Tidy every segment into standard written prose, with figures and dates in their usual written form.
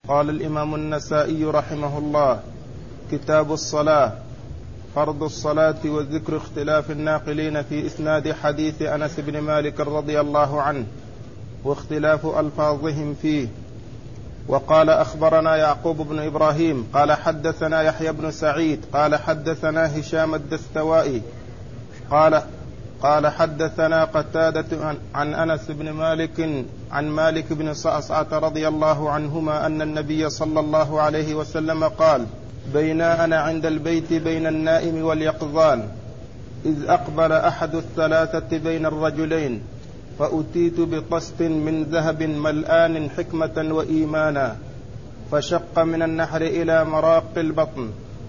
قال الإمام النسائي رحمه الله: كتاب الصلاة، فرض الصلاة وذكر اختلاف الناقلين في إسناد حديث أنس بن مالك رضي الله عنه واختلاف ألفاظهم فيه. وقال: أخبرنا يعقوب بن إبراهيم قال حدثنا يحيى بن سعيد قال حدثنا هشام الدستوائي قال حدثنا قتادة عن أنس بن مالك عن مالك بن صعصعة رضي الله عنهما أن النبي صلى الله عليه وسلم قال: بينا أنا عند البيت بين النائم واليقظان إذ أقبل أحد الثلاثة بين الرجلين فأتيت بطست من ذهب ملآن حكمة وإيمانا، فشق من النحر إلى مراق البطن،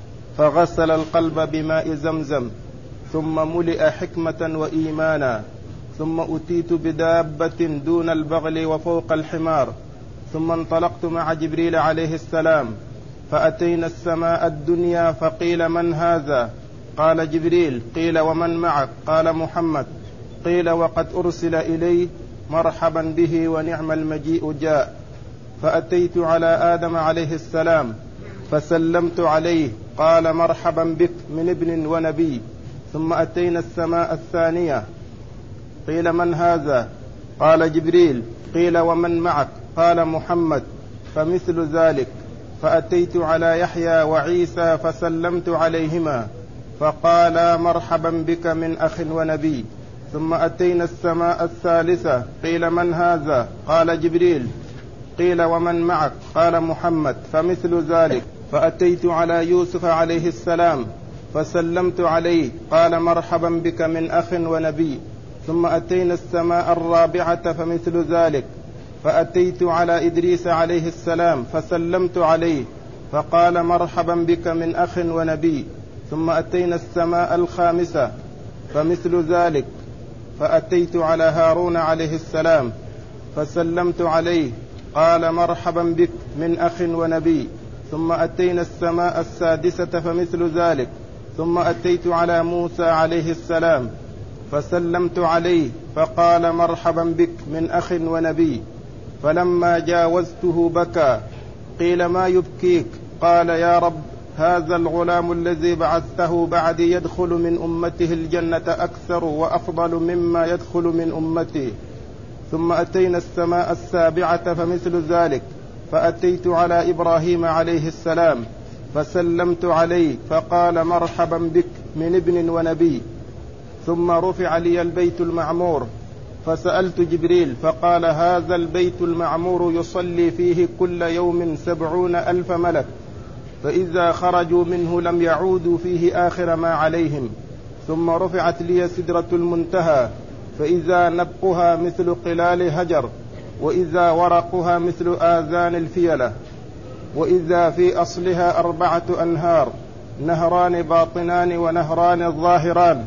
فغسل القلب بماء زمزم، ثم ملئ حكمة وإيمانا، ثم أتيت بدابة دون البغل وفوق الحمار، ثم انطلقت مع جبريل عليه السلام فأتينا السماء الدنيا فقيل: من هذا؟ قال: جبريل. قيل: ومن معك؟ قال: محمد. قيل: وقد أرسل إليه؟ مرحبا به ونعم المجيء جاء. فأتيت على آدم عليه السلام فسلمت عليه، قال: مرحبا بك من ابن ونبي. ثم أتينا السماء الثانية، قيل: من هذا؟ قال: جبريل. قيل: ومن معك؟ قال: محمد. فمثل ذلك. فأتيت على يحيى وعيسى فسلمت عليهما فقالا: مرحبا بك من أخ ونبي. ثم أتينا السماء الثالثة، قيل: من هذا؟ قال: جبريل. قيل: ومن معك؟ قال: محمد. فمثل ذلك. فأتيت على يوسف عليه السلام فسلمت عليه، قال: مرحبا بك من أخ ونبي. ثم أتينا السماء الرابعة فمثل ذلك. فأتيت على إدريس عليه السلام فسلمت عليه فقال: مرحبا بك من أخ ونبي. ثم أتينا السماء الخامسة فمثل ذلك. فأتيت على هارون عليه السلام فسلمت عليه، قال: مرحبا بك من أخ ونبي. ثم أتينا السماء السادسة فمثل ذلك. ثم أتيت على موسى عليه السلام فسلمت عليه فقال: مرحبا بك من أخ ونبي. فلما جاوزته بكى. قيل: ما يبكيك؟ قال: يا رب، هذا الغلام الذي بعثته بعد يدخل من أمته الجنة أكثر وأفضل مما يدخل من أمتي. ثم أتينا السماء السابعة فمثل ذلك. فأتيت على إبراهيم عليه السلام فسلمت عليه فقال: مرحبا بك من ابن ونبي. ثم رفع لي البيت المعمور فسألت جبريل فقال: هذا البيت المعمور يصلي فيه كل يوم 70,000 ملك، فإذا خرجوا منه لم يعودوا فيه آخر ما عليهم. ثم رفعت لي سدرة المنتهى فإذا نبقها مثل قلال هجر، وإذا ورقها مثل آذان الفيلة، وإذا في أصلها 4 أنهار، نهران باطنان ونهران ظاهران.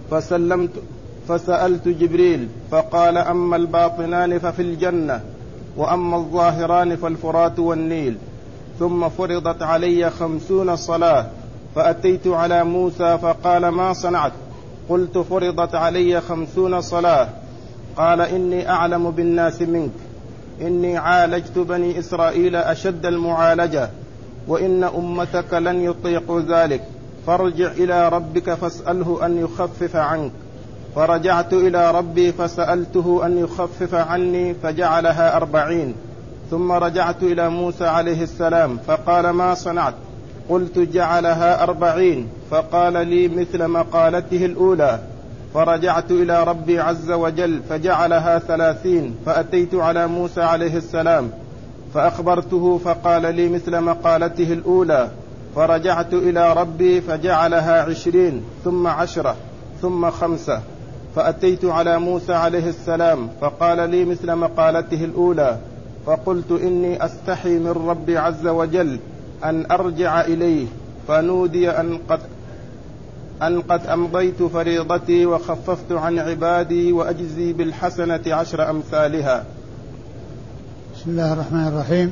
فسألت جبريل فقال: أما الباطنان ففي الجنة، وأما الظاهران فالفرات والنيل. ثم فرضت علي 50 صلاة. فأتيت على موسى فقال: ما صنعت؟ قلت: فرضت علي 50 صلاة. قال: إني أعلم بالناس منك، إني عالجت بني إسرائيل أشد المعالجة، وإن أمتك لن يطيقوا ذلك، فارجع إلى ربك فاسأله أن يخفف عنك. فرجعت إلى ربي فسألته أن يخفف عني فجعلها 40. ثم رجعت إلى موسى عليه السلام فقال: ما صنعت؟ قلت: جعلها 40. فقال لي مثل مقالته الأولى. فرجعت إلى ربي عز وجل فجعلها 30. فأتيت على موسى عليه السلام فأخبرته فقال لي مثل مقالته الأولى. فرجعت إلى ربي فجعلها 20 ثم 10 ثم 5. فأتيت على موسى عليه السلام فقال لي مثل مقالته الأولى. فقلت: إني أستحي من ربي عز وجل أن أرجع إليه. فنودي أن قد أمضيت فريضتي وخففت عن عبادي وأجزي بالحسنة 10 أمثالها. بسم الله الرحمن الرحيم.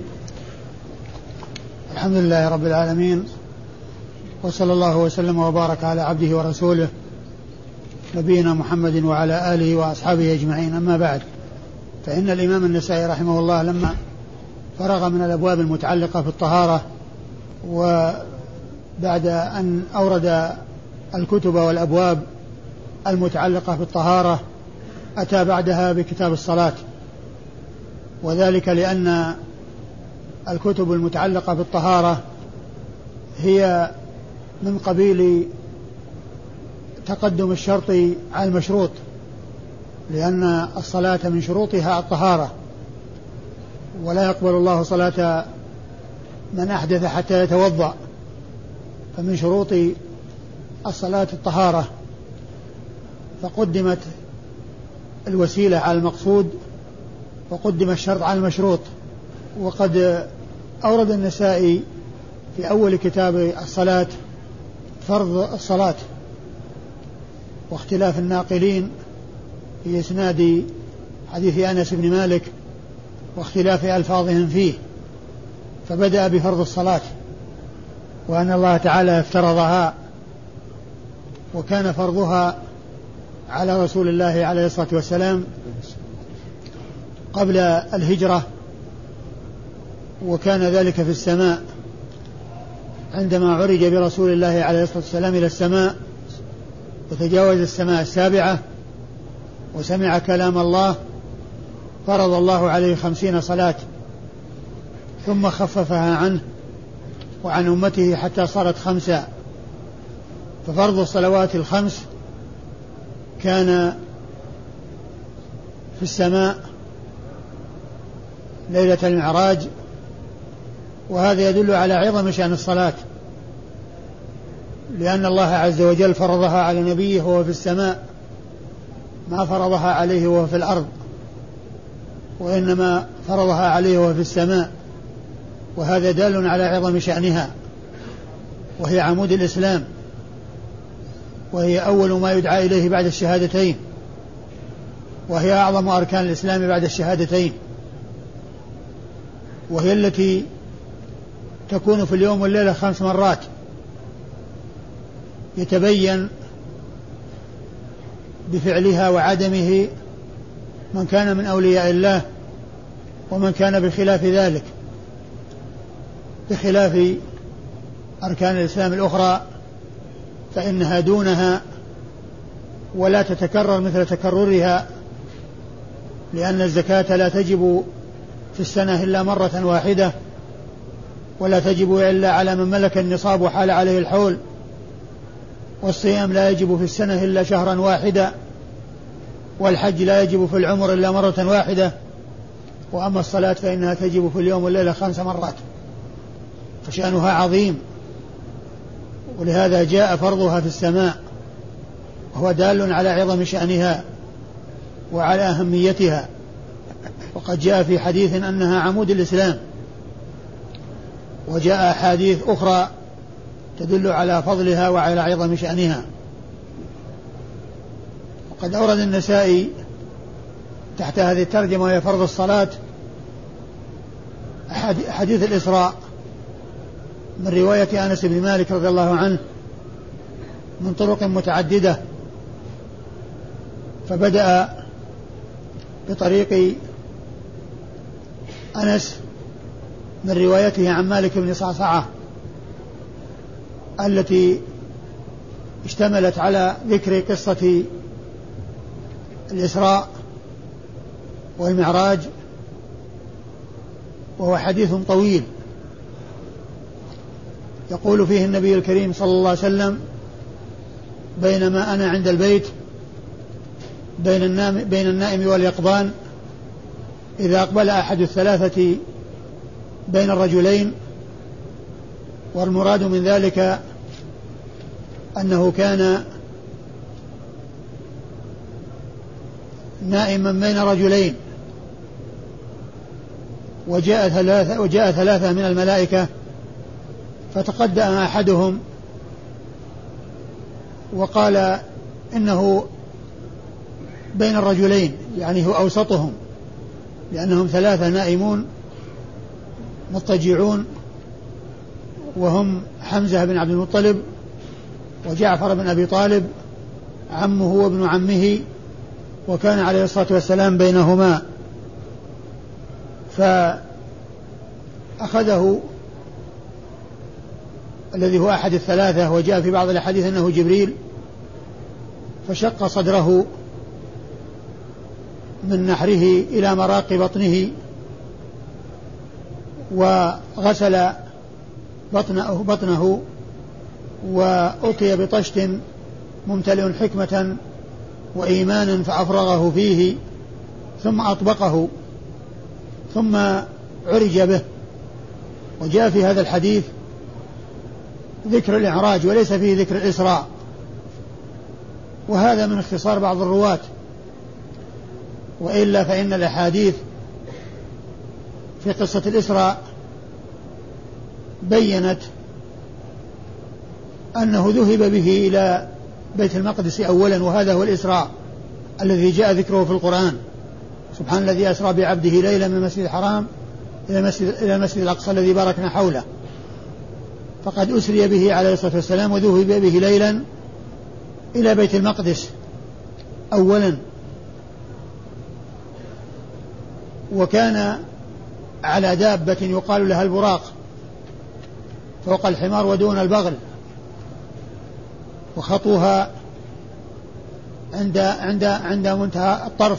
الحمد لله رب العالمين، وصلى الله وسلم وبارك على عبده ورسوله نبينا محمد وعلى آله وأصحابه أجمعين. أما بعد، فإن الإمام النسائي رحمه الله لما فرغ من الأبواب المتعلقة في الطهارة، وبعد أن أورد الكتب والأبواب المتعلقة بالطهارة أتى بعدها بكتاب الصلاة، وذلك لأن الكتب المتعلقة بالطهارة هي من قبيل تقدم الشرط على المشروط، لأن الصلاة من شروطها الطهارة، ولا يقبل الله صلاة من أحدث حتى يتوضأ، فمن شروط الصلاة الطهارة، فقدمت الوسيلة على المقصود وقدم الشرط على المشروط. وقد أورد النسائي في أول كتاب الصلاة فرض الصلاة واختلاف الناقلين في إسناد حديث أنس بن مالك واختلاف ألفاظهم فيه، فبدأ بفرض الصلاة، وأن الله تعالى افترضها، وكان فرضها على رسول الله عليه الصلاة والسلام قبل الهجرة، وكان ذلك في السماء عندما عرج برسول الله عليه الصلاة والسلام إلى السماء وتجاوز السماء السابعة وسمع كلام الله، فرض الله عليه 50 صلاة، ثم خففها عنه وعن أمته حتى صارت 5. ففرض الصلوات 5 كان في السماء ليلة المعراج، وهذا يدل على عظم شأن الصلاة، لأن الله عز وجل فرضها على نبيه وهو في السماء، ما فرضها عليه وهو في الأرض، وإنما فرضها عليه وهو في السماء، وهذا دال على عظم شأنها، وهي عمود الإسلام، وهي أول ما يدعى إليه بعد الشهادتين، وهي أعظم أركان الإسلام بعد الشهادتين، وهي التي تكون في اليوم والليلة 5 مرات، يتبين بفعلها وعدمه من كان من أولياء الله ومن كان بخلاف ذلك، بخلاف أركان الإسلام الأخرى فإنها دونها ولا تتكرر مثل تكررها، لأن الزكاة لا تجب في السنة إلا مرة واحدة، ولا تجب إلا على من ملك النصاب وحال عليه الحول، والصيام لا يجب في السنة إلا شهرا واحدا، والحج لا يجب في العمر إلا مرة واحدة، وأما الصلاة فإنها تجب في اليوم والليلة 5 مرات، فشأنها عظيم، ولهذا جاء فرضها في السماء، وهو دال على عظم شأنها وعلى أهميتها. وقد جاء في حديث أنها عمود الإسلام، وجاء أحاديث أخرى تدل على فضلها وعلى عظم شأنها. وقد أورد النسائي تحت هذه الترجمة وهي فرض الصلاة حديث الإسراء من رواية أنس بن مالك رضي الله عنه من طرق متعددة، فبدأ بطريق أنس من روايته عن مالك بن صعصعة التي اشتملت على ذكر قصة الإسراء والمعراج، وهو حديث طويل يقول فيه النبي الكريم صلى الله عليه وسلم: بينما أنا عند البيت بين النائم واليقظان إذا أقبل أحد الثلاثة بين الرجلين، والمراد من ذلك أنه كان نائما بين رجلين، وجاء ثلاثة من الملائكة، فتقدم أحدهم وقال إنه بين الرجلين، يعني هو أوسطهم، لأنهم 3 نائمون مضطجعون، وهم حمزة بن عبد المطلب وجعفر بن أبي طالب عمه وابن عمه، وكان عليه الصلاة والسلام بينهما. أخذه الذي هو أحد الثلاثة، وجاء في بعض الأحاديث أنه جبريل، فشق صدره من نحره إلى مراق بطنه، وغسل بطنه وأتي بطشت ممتلئ حكمة وإيمانا فأفرغه فيه، ثم أطبقه، ثم عرج به. وجاء في هذا الحديث ذكر الإعراج وليس فيه ذكر الإسراء، وهذا من اختصار بعض الرواة، وإلا فإن الأحاديث في قصة الإسراء بيّنت أنه ذهب به إلى بيت المقدس أولا، وهذا هو الإسراء الذي جاء ذكره في القرآن. سبحان الذي أسرى بعبده ليلا من المسجد الحرام إلى المسجد الأقصى الذي باركنا حوله. فقد أسري به عليه الصلاة والسلام وذهب به ليلا إلى بيت المقدس أولا، وكان على دابة يقال لها البراق فوق الحمار ودون البغل، وخطوها عند منتهى الطرف،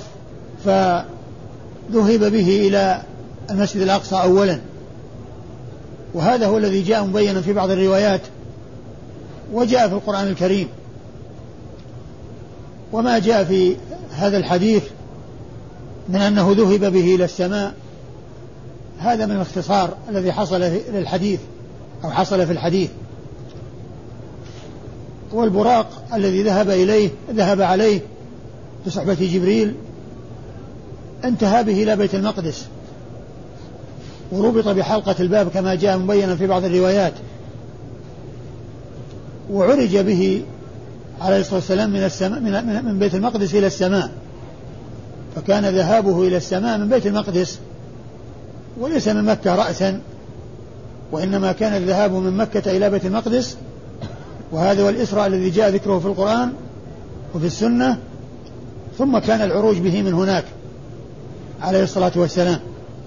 فذهب به إلى المسجد الأقصى أولا. وهذا هو الذي جاء مبينا في بعض الروايات وجاء في القرآن الكريم. وما جاء في هذا الحديث من أنه ذهب به إلى السماء هذا من الاختصار الذي حصل للحديث أو حصل في الحديث. والبراق الذي ذهب عليه بصحبة جبريل انتهى به إلى بيت المقدس، وربط بحلقة الباب كما جاء مبينا في بعض الروايات، وعرج به عليه الصلاة والسلام من بيت المقدس إلى السماء، فكان ذهابه إلى السماء من بيت المقدس وليس من مكة رأسا، وإنما كان الذهاب من مكة إلى بيت المقدس، وهذا هو الإسراء الذي جاء ذكره في القرآن وفي السنة، ثم كان العروج به من هناك عليه الصلاة والسلام.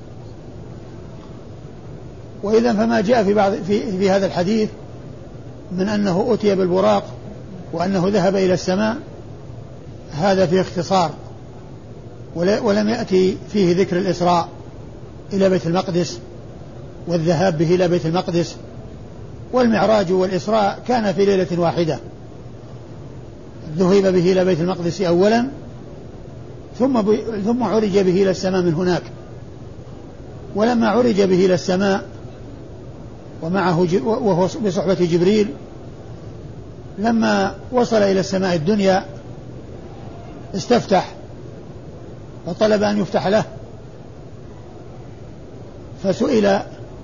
وإذا فما جاء في هذا الحديث من أنه أتي بالبراق وأنه ذهب إلى السماء هذا في اختصار، ولم يأتي فيه ذكر الإسراء إلى بيت المقدس والذهاب به إلى بيت المقدس. والمعراج والإسراء كان في ليلة واحدة، ذهب به إلى بيت المقدس أولا ثم عرج به إلى السماء من هناك. ولما عرج به إلى السماء ومعه وهو بصحبة جبريل، لما وصل إلى السماء الدنيا استفتح وطلب أن يفتح له، فسئل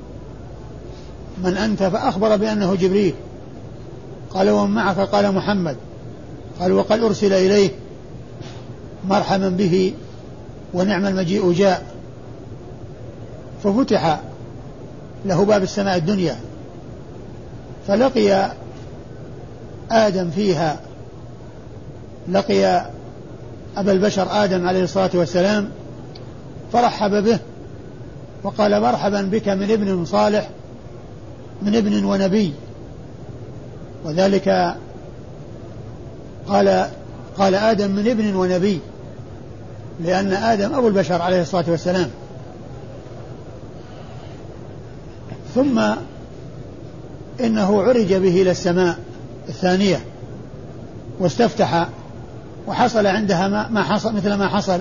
من أنت؟ فأخبر بأنه جبريل. قال ومن معك؟ قال محمد. قال وقد أرسل إليه، مرحبا به ونعم المجيء جاء. ففتح له باب السماء الدنيا، فلقي آدم فيها، لقي أبا البشر آدم عليه الصلاة والسلام، فرحب به وقال مرحبا بك من ابن صالح، من ابن ونبي. وذلك قال آدم من ابن ونبي، لأن آدم أبو البشر عليه الصلاة والسلام. ثم إنه عرج به إلى السماء الثانية واستفتح، وحصل عندها ما حصل مثل ما حصل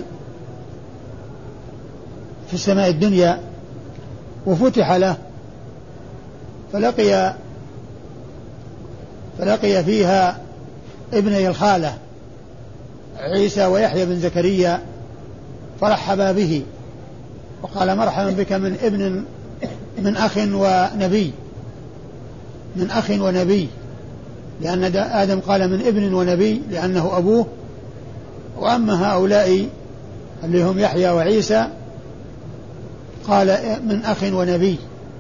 في السماء الدنيا، وفتح له فلقي فيها ابني الخالة عيسى ويحيى بن زكريا، فرحبا به وقال مرحبا بك من ابن من أخ ونبي، لأن آدم قال من ابن ونبي لأنه أبوه، وأما هؤلاء اللي هم يحيى وعيسى قال من أخ ونبي.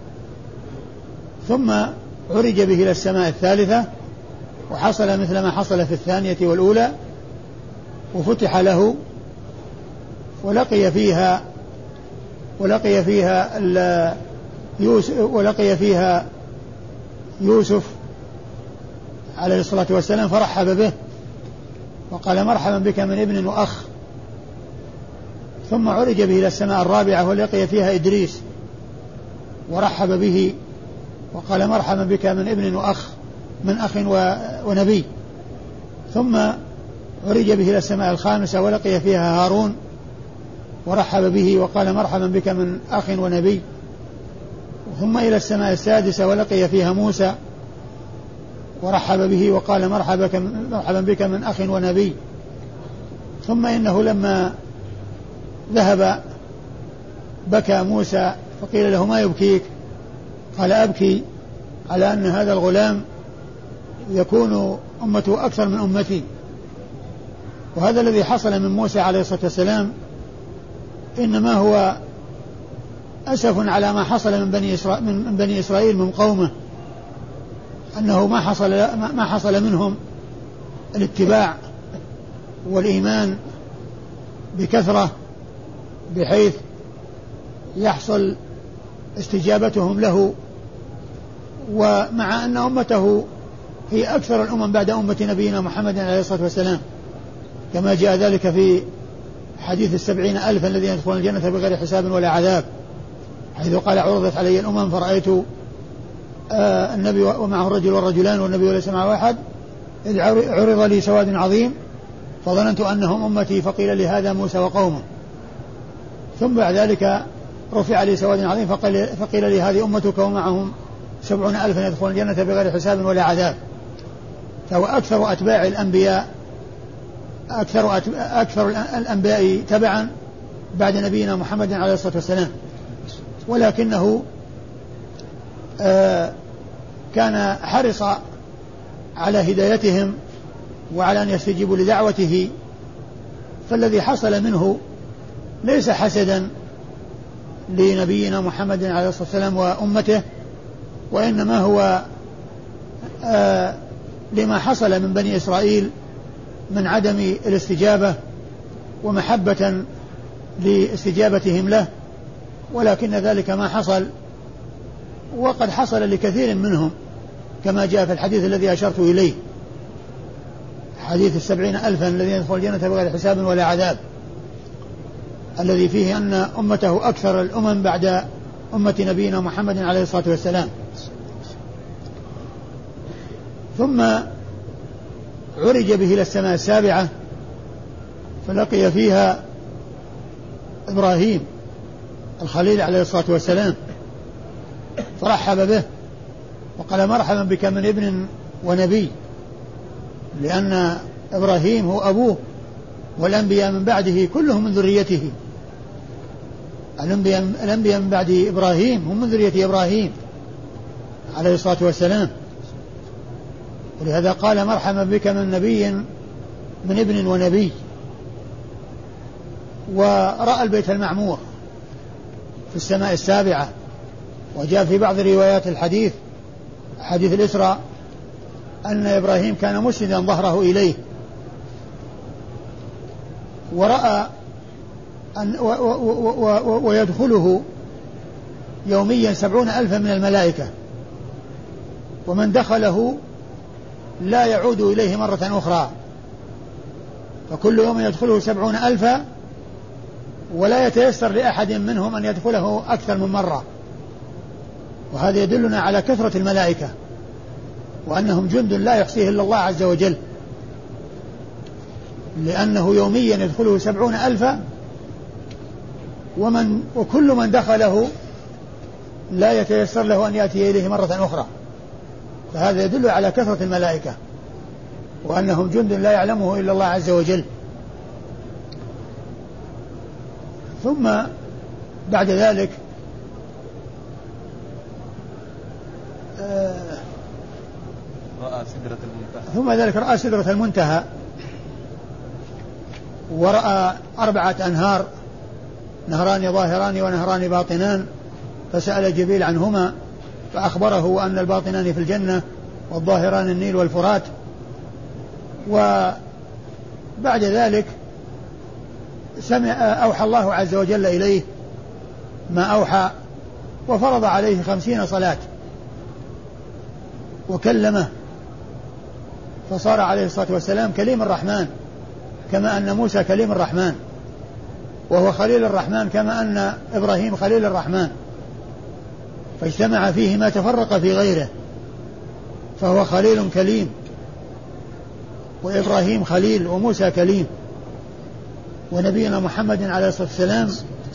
ثم عرج به إلى السماء الثالثة، وحصل مثل ما حصل في الثانية والأولى، وفتح له ولقي فيها يوسف عليه الصلاة والسلام فرحب به وقال مرحبا بك من ابن وأخ. ثم عرج به إلى السماء الرابعة ولقي فيها إدريس ورحب به وقال مرحبا بك من ابن وأخ، من أخ ونبي. ثم عرج به إلى السماء الخامسة ولقي فيها هارون ورحب به وقال مرحبا بك من أخ ونبي. ثم إلى السماء السادسة ولقي فيها موسى ورحب به وقال مرحبا بك من أخ ونبي. ثم إنه لما ذهب بكى موسى فقيل له ما يبكيك؟ قال أبكي على أن هذا الغلام يكون أمته أكثر من أمتي. وهذا الذي حصل من موسى عليه الصلاة والسلام إنما هو أسف على ما حصل من بني إسرائيل من قومه، أنه ما حصل منهم الاتباع والإيمان بكثرة بحيث يحصل استجابتهم له، ومع أن أمته هي أكثر الأمم بعد أمة نبينا محمد عليه الصلاة والسلام، كما جاء ذلك في حديث 70,000 الذين يدخلون الجنة بغير حساب ولا عذاب، حيث قال عرضت علي الأمم فرأيت النبي ومعه الرجل والرجلان والنبي وليس معه أحد، إذ عرض لي سواد عظيم فظننت أنهم أمتي فقيل لي هذا موسى وقومه. ثم بعد ذلك رفع لي سواد عظيم فقيل لي هذه أمتك ومعهم 70,000 يدخلون الجنة بغير حساب ولا عذاب. فهو أكثر أتباع الأنبياء أكثر الأنبياء تبعا بعد نبينا محمد عليه الصلاة والسلام، ولكنه كان حرص على هدايتهم وعلى أن يستجيبوا لدعوته. فالذي حصل منه ليس حسدا لنبينا محمد عليه الصلاة والسلام وأمته، وإنما هو لما حصل من بني إسرائيل من عدم الاستجابة ومحبة لاستجابتهم له، ولكن ذلك ما حصل، وقد حصل لكثير منهم كما جاء في الحديث الذي أشرت إليه، حديث 70,000 الذين يدخلون الجنة بغير حساب ولا عذاب، الذي فيه أن أمته أكثر الأمم بعد أمة نبينا محمد عليه الصلاة والسلام. ثم عرج به إلى السماء السابعة فلقي فيها إبراهيم الخليل عليه الصلاة والسلام فرحب به وقال مرحبا بك من ابن ونبي، لأن إبراهيم هو أبوه والأنبياء من بعده كلهم من ذريته، الأنبياء من بعد إبراهيم هم من ذرية إبراهيم عليه الصلاة والسلام. ولهذا قال مرحبا بك من نبي من ابن ونبي. ورأى البيت المعمور في السماء السابعة، وجاء في بعض روايات الحديث حديث الإسراء أن إبراهيم كان مسندا ظهره إليه، ورأى ويدخله يوميا 70,000 من الملائكة، ومن دخله لا يعود إليه مرة أخرى، فكل يوم يدخله 70,000 ولا يتيسر لأحد منهم أن يدخله أكثر من مرة. وهذا يدلنا على كثرة الملائكة وأنهم جند لا يحصيه إلا الله عز وجل، لأنه يوميا يدخله 70,000 وكل من دخله لا يتيسر له أن يأتي إليه مرة أخرى. فهذا يدل على كثرة الملائكة وأنهم جند لا يعلمه إلا الله عز وجل. ثم بعد ذلك رأى سدرة المنتهى ورأى 4 أنهار، نهران ظاهران ونهران باطنان، فسأل جبريل عنهما فأخبره أن الباطنان في الجنة والظاهران النيل والفرات. وبعد ذلك أوحى الله عز وجل إليه ما أوحى، وفرض عليه 50 صلاة وكلمه، فصار عليه الصلاة والسلام كليم الرحمن كما أن موسى كليم الرحمن، وهو خليل الرحمن كما أن إبراهيم خليل الرحمن، فاجتمع فيه ما تفرق في غيره، فهو خليل كليم، وإبراهيم خليل وموسى كليم، ونبينا محمد عليه الصلاة والسلام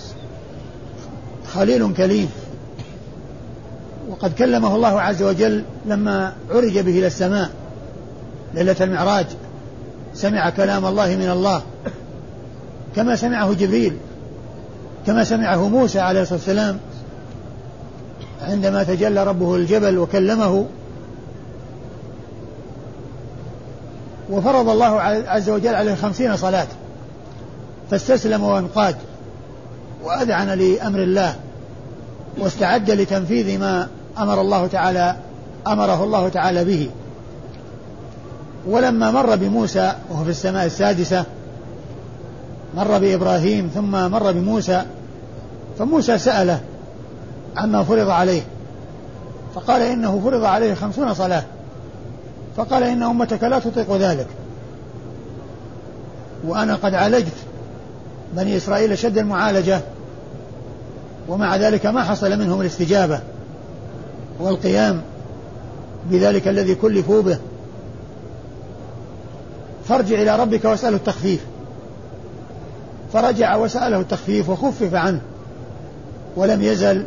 خليل كليم. وقد كلمه الله عز وجل لما عرج به إلى السماء ليلة المعراج، سمع كلام الله من الله كما سمعه جبريل، كما سمعه موسى عليه الصلاة والسلام عندما تجلى ربه الجبل وكلمه. وفرض الله عز وجل عليه 50 صلاة، فاستسلم وانقاد وأذعن لأمر الله واستعد لتنفيذ ما أمره الله تعالى به. ولما مر بموسى وهو في السماء السادسة، مر بإبراهيم ثم مر بموسى، فموسى سأله عما فرض عليه، فقال إنه فرض عليه 50 صلاة، فقال إن أمتك لا تطيق ذلك، وأنا قد عالجت بني إسرائيل شد المعالجة، ومع ذلك ما حصل منهم الاستجابة والقيام بذلك الذي كلفوا به، فارجع إلى ربك واسأله التخفيف. فرجع وسأله التخفيف وخفف عنه، ولم يزل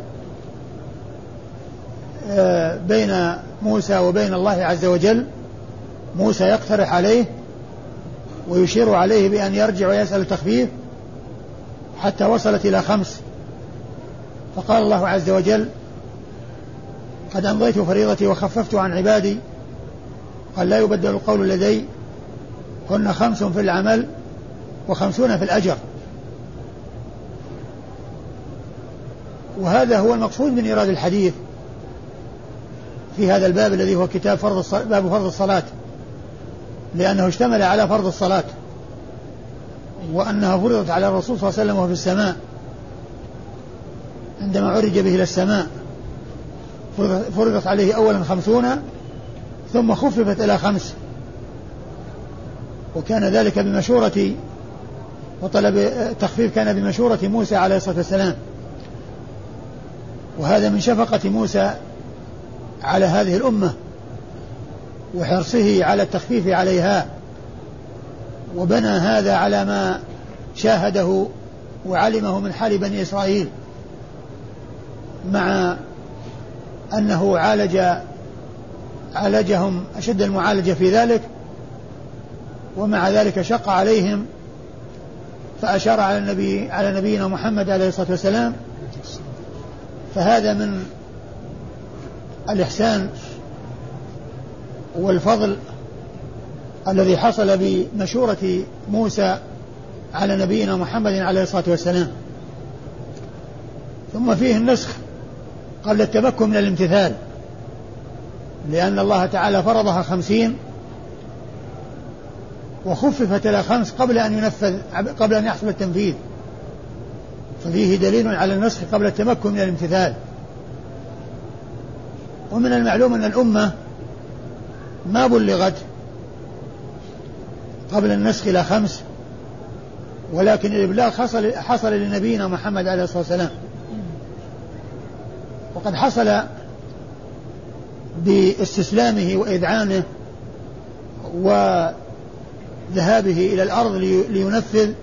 بين موسى وبين الله عز وجل موسى يقترح عليه ويشير عليه بأن يرجع ويسأل التخفيف حتى وصلت إلى 5. فقال الله عز وجل: قد أمضيت فريضتي وخففت عن عبادي، قال: لا يبدل القول لدي، هن 5 في العمل و50 في الأجر. وهذا هو المقصود من إيراد الحديث في هذا الباب الذي هو كتاب باب فرض الصلاة، لأنه اشتمل على فرض الصلاة، وأنها فرضت على الرسول صلى الله عليه وسلم وهو في السماء عندما عرج به إلى السماء، فرضت عليه أولا 50 ثم خففت إلى 5، وكان ذلك بمشورة، وطلب التخفيف كان بمشورة موسى عليه الصلاة والسلام، وهذا من شفقة موسى على هذه الأمة وحرصه على التخفيف عليها، وبنى هذا على ما شاهده وعلمه من حال بني إسرائيل، مع أنه عالجهم أشد المعالجة في ذلك، ومع ذلك شق عليهم، فأشار على نبينا محمد عليه الصلاة والسلام. فهذا من الإحسان والفضل الذي حصل بمشورة موسى على نبينا محمد عليه الصلاة والسلام. ثم فيه النسخ قبل التمكن من الامتثال، لأن الله تعالى فرضها 50 وخففت إلى 5 قبل أن يحصل التنفيذ، ففيه دليل على النسخ قبل التمكن من الامتثال. ومن المعلوم أن الأمة ما بلغت قبل النسخ إلى 5، ولكن الإبلاغ حصل لنبينا محمد عليه الصلاة والسلام، وقد حصل باستسلامه وإذعانه وذهابه إلى الأرض لينفذ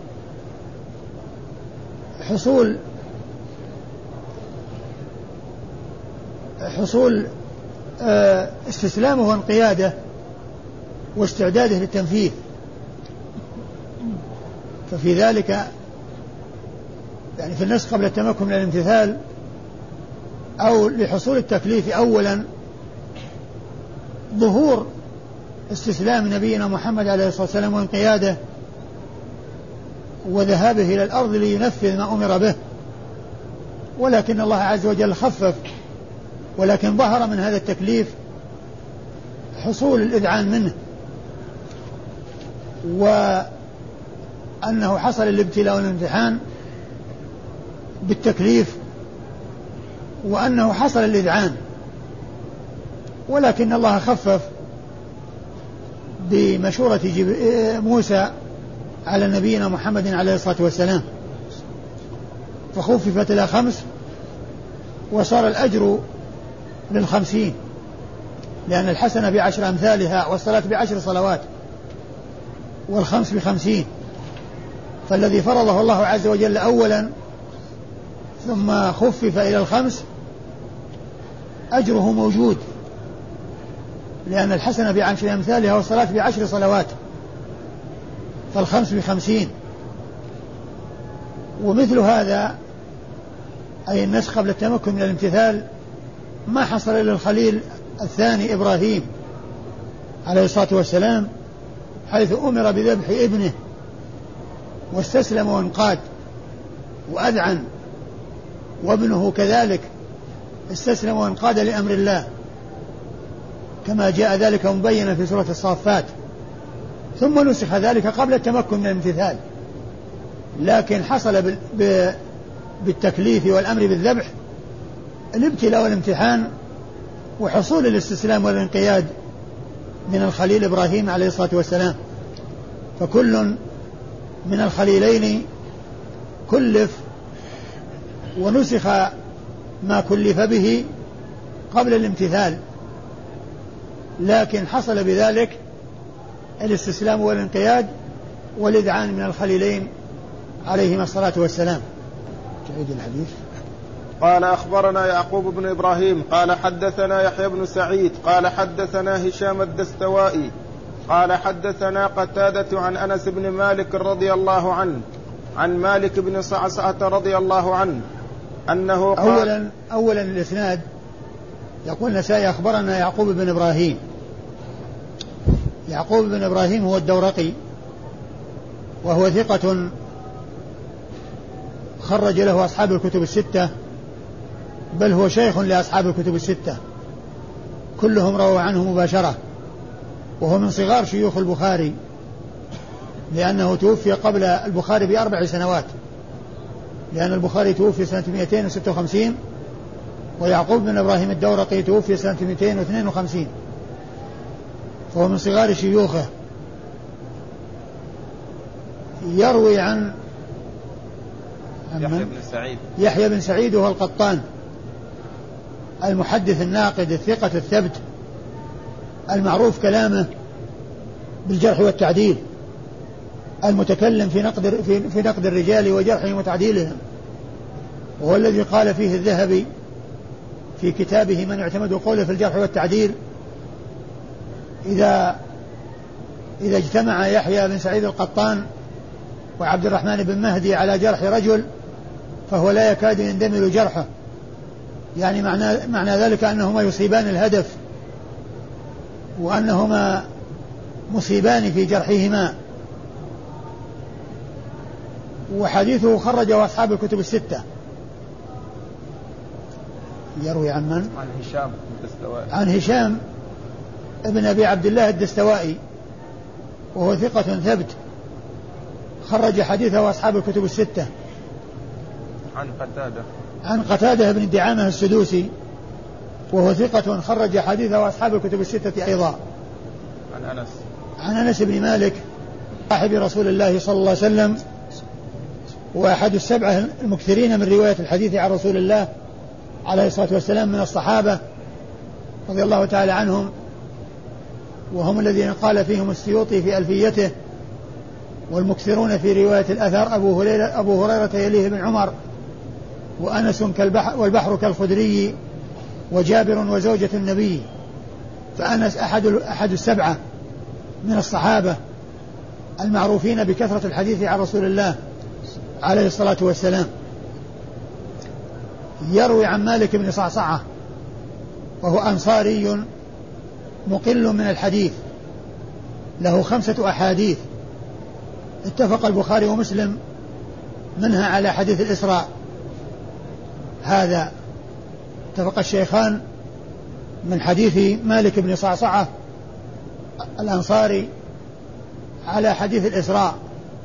حصول استسلامه وانقياده واستعداده للتنفيذ. ففي ذلك يعني في النسخ قبل التمكن من الامتثال أو لحصول التكليف أولا ظهور استسلام نبينا محمد عليه الصلاة والسلام وانقياده وذهابه إلى الأرض لينفذ ما أمر به، ولكن الله عز وجل خفف، ولكن ظهر من هذا التكليف حصول الإذعان منه، وأنه حصل الابتلاء والامتحان بالتكليف وأنه حصل الإذعان، ولكن الله خفف بمشورة موسى على نبينا محمد عليه الصلاة والسلام، فخففت إلى 5 وصار الأجر لل50، لأن الحسنة ب10 أمثالها والصلاة ب10 صلوات والخمس ب50. فالذي فرضه الله عز وجل أولا ثم خفف إلى 5 أجره موجود، لأن الحسنة ب10 أمثالها والصلاة ب10 صلوات، فالخمس ب50. ومثل هذا أي النسخ قبل التمكن من الامتثال ما حصل إلا الخليل الثاني إبراهيم عليه الصلاة والسلام، حيث أمر بذبح ابنه واستسلم وانقاد وأذعن، وابنه كذلك استسلم وانقاد لأمر الله كما جاء ذلك مبينا في سورة الصافات. ثم نسخ ذلك قبل التمكن من الامتثال، لكن حصل بالتكليف والأمر بالذبح الابتلاء والامتحان وحصول الاستسلام والانقياد من الخليل إبراهيم عليه الصلاة والسلام. فكل من الخليلين كلف ونسخ ما كلف به قبل الامتثال، لكن حصل بذلك الاستسلام والانقياد والإذعان من الخليلين عليهما الصلاة والسلام. تعيد الحديث. قال أخبرنا يعقوب بن إبراهيم قال حدثنا يحيى بن سعيد قال حدثنا هشام الدستوائي قال حدثنا قتادة عن أنس بن مالك رضي الله عنه عن مالك بن صعصعة رضي الله عنه أنه قال أولا الإسناد يقول النسائي أخبرنا يعقوب بن إبراهيم. يعقوب بن إبراهيم هو الدورقي، وهو ثقة خرج له أصحاب الكتب الستة، بل هو شيخ لأصحاب الكتب الستة، كلهم رووا عنه مباشرة، وهو من صغار شيوخ البخاري، لأنه توفي قبل البخاري ب4 سنوات، لأن البخاري توفي سنة 256 ويعقوب بن إبراهيم الدورقي توفي سنة 252، فهو من صغار شيوخه. يروي عن يحيى بن سعيد وهو القطان المحدث الناقد الثقة الثبت المعروف كلامه بالجرح والتعديل، المتكلم في نقد الرجال وجرحهم وتعديلهم، وهو الذي قال فيه الذهبي في كتابه من يعتمد قوله في الجرح والتعديل: إذا اجتمع يحيى بن سعيد القطان وعبد الرحمن بن مهدي على جرح رجل فهو لا يكاد يندمل جرحه، يعني معنى ذلك أنهما يصيبان الهدف وأنهما مصيبان في جرحهما. وحديثه خرجه أصحاب الكتب الستة. يروي عن من؟ عن هشام الدستوائي. عن هشام ابن أبي عبد الله الدستوائي، وهو ثقة ثبت خرج حديثه أصحاب الكتب الستة. عن قتادة بن دعامة السدوسي، وهو ثقة خرج حديثه أصحاب الكتب الستة أيضا. عن أنس بن مالك صاحب رسول الله صلى الله عليه وسلم، وأحد السبعة المكثرين من رواية الحديث عن رسول الله عليه الصلاة والسلام من الصحابة رضي الله تعالى عنهم، وهم الذين قال فيهم السيوطي في ألفيته: والمكثرون في رواية الأثر أبو هريرة يليه بن عمر، وأنس والبحر كالخدري، وجابر وزوجة النبي. فأنس أحد السبعة من الصحابة المعروفين بكثرة الحديث عن رسول الله عليه الصلاة والسلام. يروي عن مالك بن صعصعة، وهو أنصاري مقل من الحديث، له 5 أحاديث اتفق البخاري ومسلم منها على حديث الإسراء، هذا اتفق الشيخان من حديث مالك بن صعصعة الأنصاري على حديث الإسراء،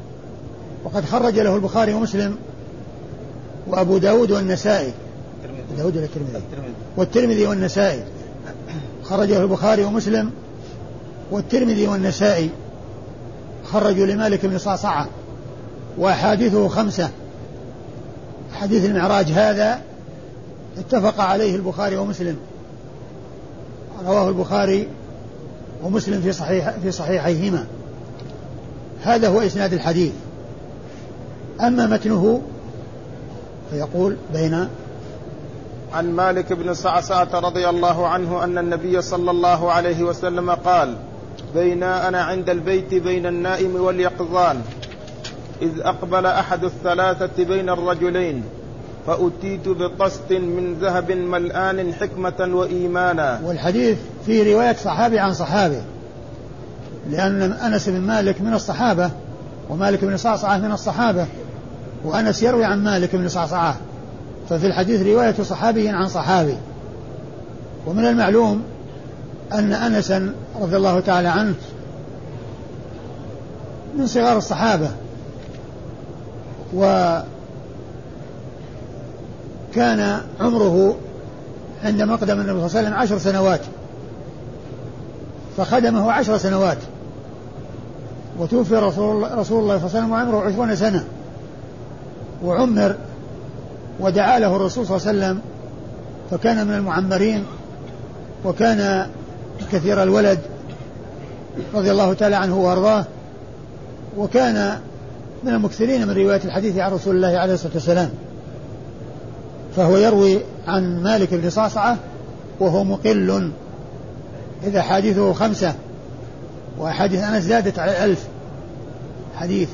وقد خرج له البخاري ومسلم وأبو داود والنسائي داود الترمذي والترمذي والنسائي، خرجه البخاري ومسلم، والترمذي والنسائي خرجوا لمالك بن صعصعة، وأحاديثه 5. حديث المعراج هذا اتفق عليه البخاري ومسلم، رواه البخاري ومسلم في صحيحيهما. هذا هو إسناد الحديث. أما متنه فيقول عن مالك بن صعصعة رضي الله عنه أن النبي صلى الله عليه وسلم قال: بين أنا عند البيت بين النائم واليقظان إذ أقبل أحد الثلاثة بين الرجلين فأتيت بطست من ذهب ملآن حكمة وإيمانا. والحديث في رواية صحابي عن صحابي، لأن أنس بن مالك من الصحابة ومالك بن صعصعة من الصحابة، وأنس يروي عن مالك بن صعصعة، ففي الحديث رواية صحابي عن صحابي. ومن المعلوم أن أنسا رضي الله تعالى عنه من صغار الصحابة، وكان عمره عند مقدم النبي صلى الله عليه وسلم 10 سنوات، فخدمه 10 سنوات، وتوفي رسول الله صلى الله عليه وسلم وعمره 20 سنة، وعمر ودعا له الرسول صلى الله عليه وسلم، فكان من المعمرين، وكان كثير الولد رضي الله تعالى عنه وارضاه، وكان من المكثرين من رواية الحديث عن رسول الله عليه الصلاة والسلام. فهو يروي عن مالك بن صعصعة وهو مقل، إذا حديثه 5، وحديث أنس زادت على 1000 حديث.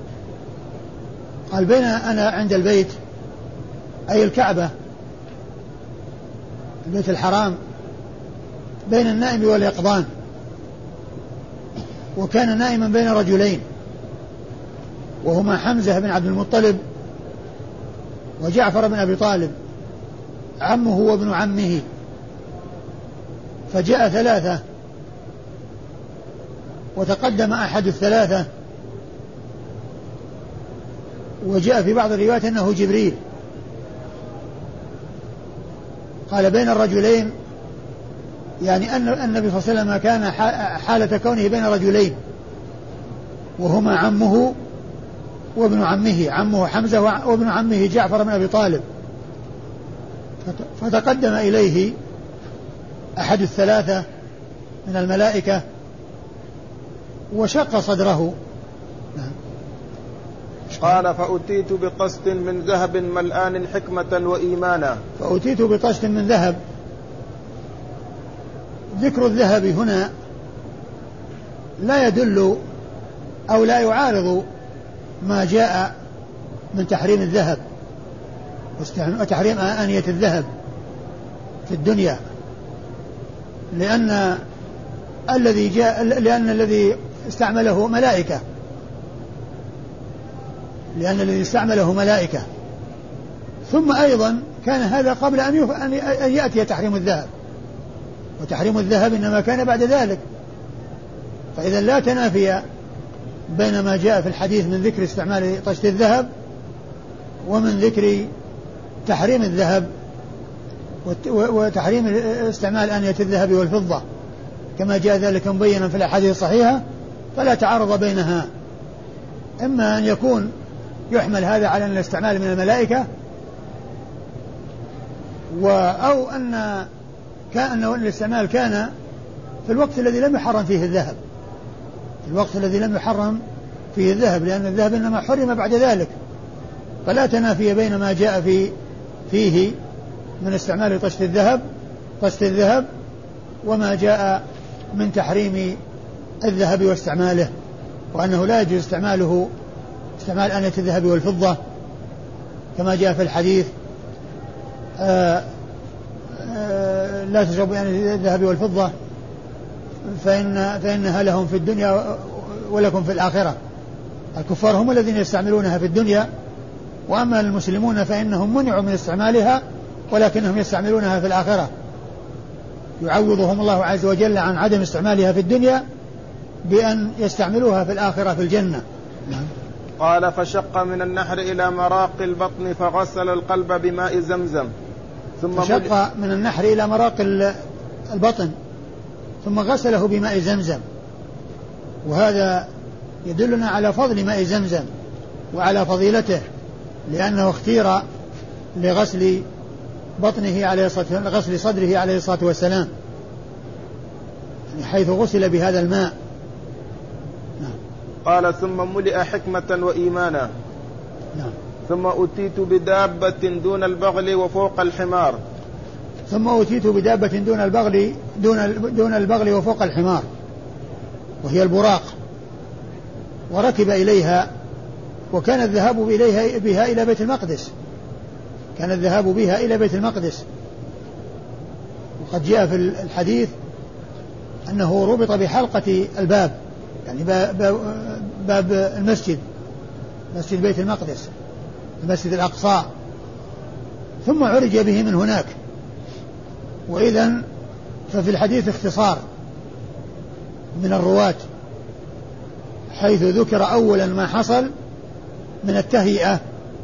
قال: بين أنا عند البيت، أي الكعبة، البيت الحرام، بين النائم واليقظان، وكان نائما بين رجلين، وهما حمزة بن عبد المطلب وجعفر بن أبي طالب عمه وابن عمه. فجاء 3 وتقدم أحد الثلاثة، وجاء في بعض الروايات أنه جبريل. قال: بين الرجلين، يعني أن النبي صلى الله عليه وسلم كان حالة كونه بين رجلين، وهما عمه وابن عمه، عمه حمزة وابن عمه جعفر بن أبي طالب. فتقدم إليه أحد الثلاثة من الملائكة وشق صدره. قال: فأتيت بطست من ذهب ملآن حكمة وإيمانا. فأتيت بطست من ذهب. ذكر الذهب هنا لا يدل أو لا يعارض ما جاء من تحريم الذهب وتحريم آنية الذهب في الدنيا، لأن الذي استعمله ملائكة، ثم أيضا كان هذا قبل أن يأتي تحريم الذهب، وتحريم الذهب إنما كان بعد ذلك. فإذا لا تنافي بين ما جاء في الحديث من ذكر استعمال طشت الذهب ومن ذكر تحريم الذهب وتحريم استعمال آنية الذهب والفضة، كما جاء ذلك مبينا في الأحاديث الصحيحة، فلا تعارض بينها. إما أن يكون يحمل هذا على أن الاستعمال من الملائكة، أو أن الاستعمال كان في الوقت الذي لم يحرم فيه الذهب، لأن الذهب إنما حرم بعد ذلك. فلا تنافي بين ما جاء فيه من استعمال طشت الذهب وما جاء من تحريم الذهب واستعماله، وأنه لا يجوز استعمال آنية الذهب والفضة كما جاء في الحديث: لا تشربوا آنية الذهب والفضة فإنها لهم في الدنيا ولكم في الآخرة. الكفار هم الذين يستعملونها في الدنيا، وأما المسلمون فإنهم منعوا من استعمالها ولكنهم يستعملونها في الآخرة، يعوضهم الله عز وجل عن عدم استعمالها في الدنيا بأن يستعملوها في الآخرة في الجنة. قال: فشق من النحر إلى مراق البطن فغسل القلب بماء زمزم فشق من النحر إلى مراق البطن ثم غسله بماء زمزم. وهذا يدلنا على فضل ماء زمزم وعلى فضيلته، لأنه اختير لغسل بطنه عليه غسل صدره عليه الصلاة والسلام، حيث غسل بهذا الماء. قال ثم ملئ حكمة وإيمانا. ثم أتيت بدابة دون البغل وفوق الحمار. ثم أتيت بدابة دون البغل وفوق الحمار، وهي البراق، وركب إليها، وكان الذهاب بها إلى بيت المقدس، كان الذهاب بها إلى بيت المقدس. وقد جاء في الحديث أنه ربط بحلقة الباب، يعني باب المسجد، مسجد بيت المقدس، المسجد الأقصى، ثم عرج به من هناك. وإذن ففي الحديث اختصار من الرواة، حيث ذكر أولا ما حصل من التهيئة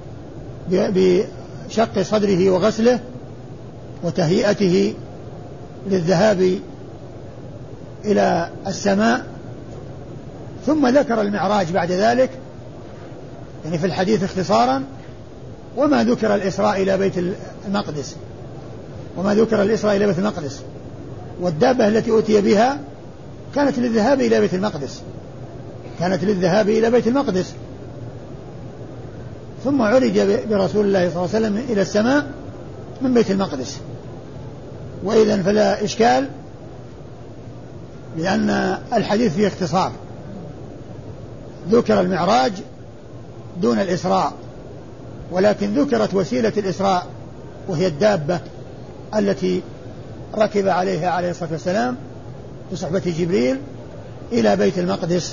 بشق صدره وغسله وتهيئته للذهاب إلى السماء، ثم ذكر المعراج بعد ذلك، يعني في الحديث اختصارا، وما ذكر الإسراء إلى بيت المقدس، وما ذكر الإسراء إلى بيت المقدس. والدابة التي أتي بها كانت للذهاب إلى بيت المقدس، كانت للذهاب إلى بيت المقدس. ثم عرج برسول الله صلى الله عليه وسلم إلى السماء من بيت المقدس. وإذن فلا إشكال، لأن الحديث فيه اختصار، ذكر المعراج دون الإسراء، ولكن ذكرت وسيلة الإسراء وهي الدابة التي ركب عليها عليه الصلاة والسلام بصحبة جبريل إلى بيت المقدس.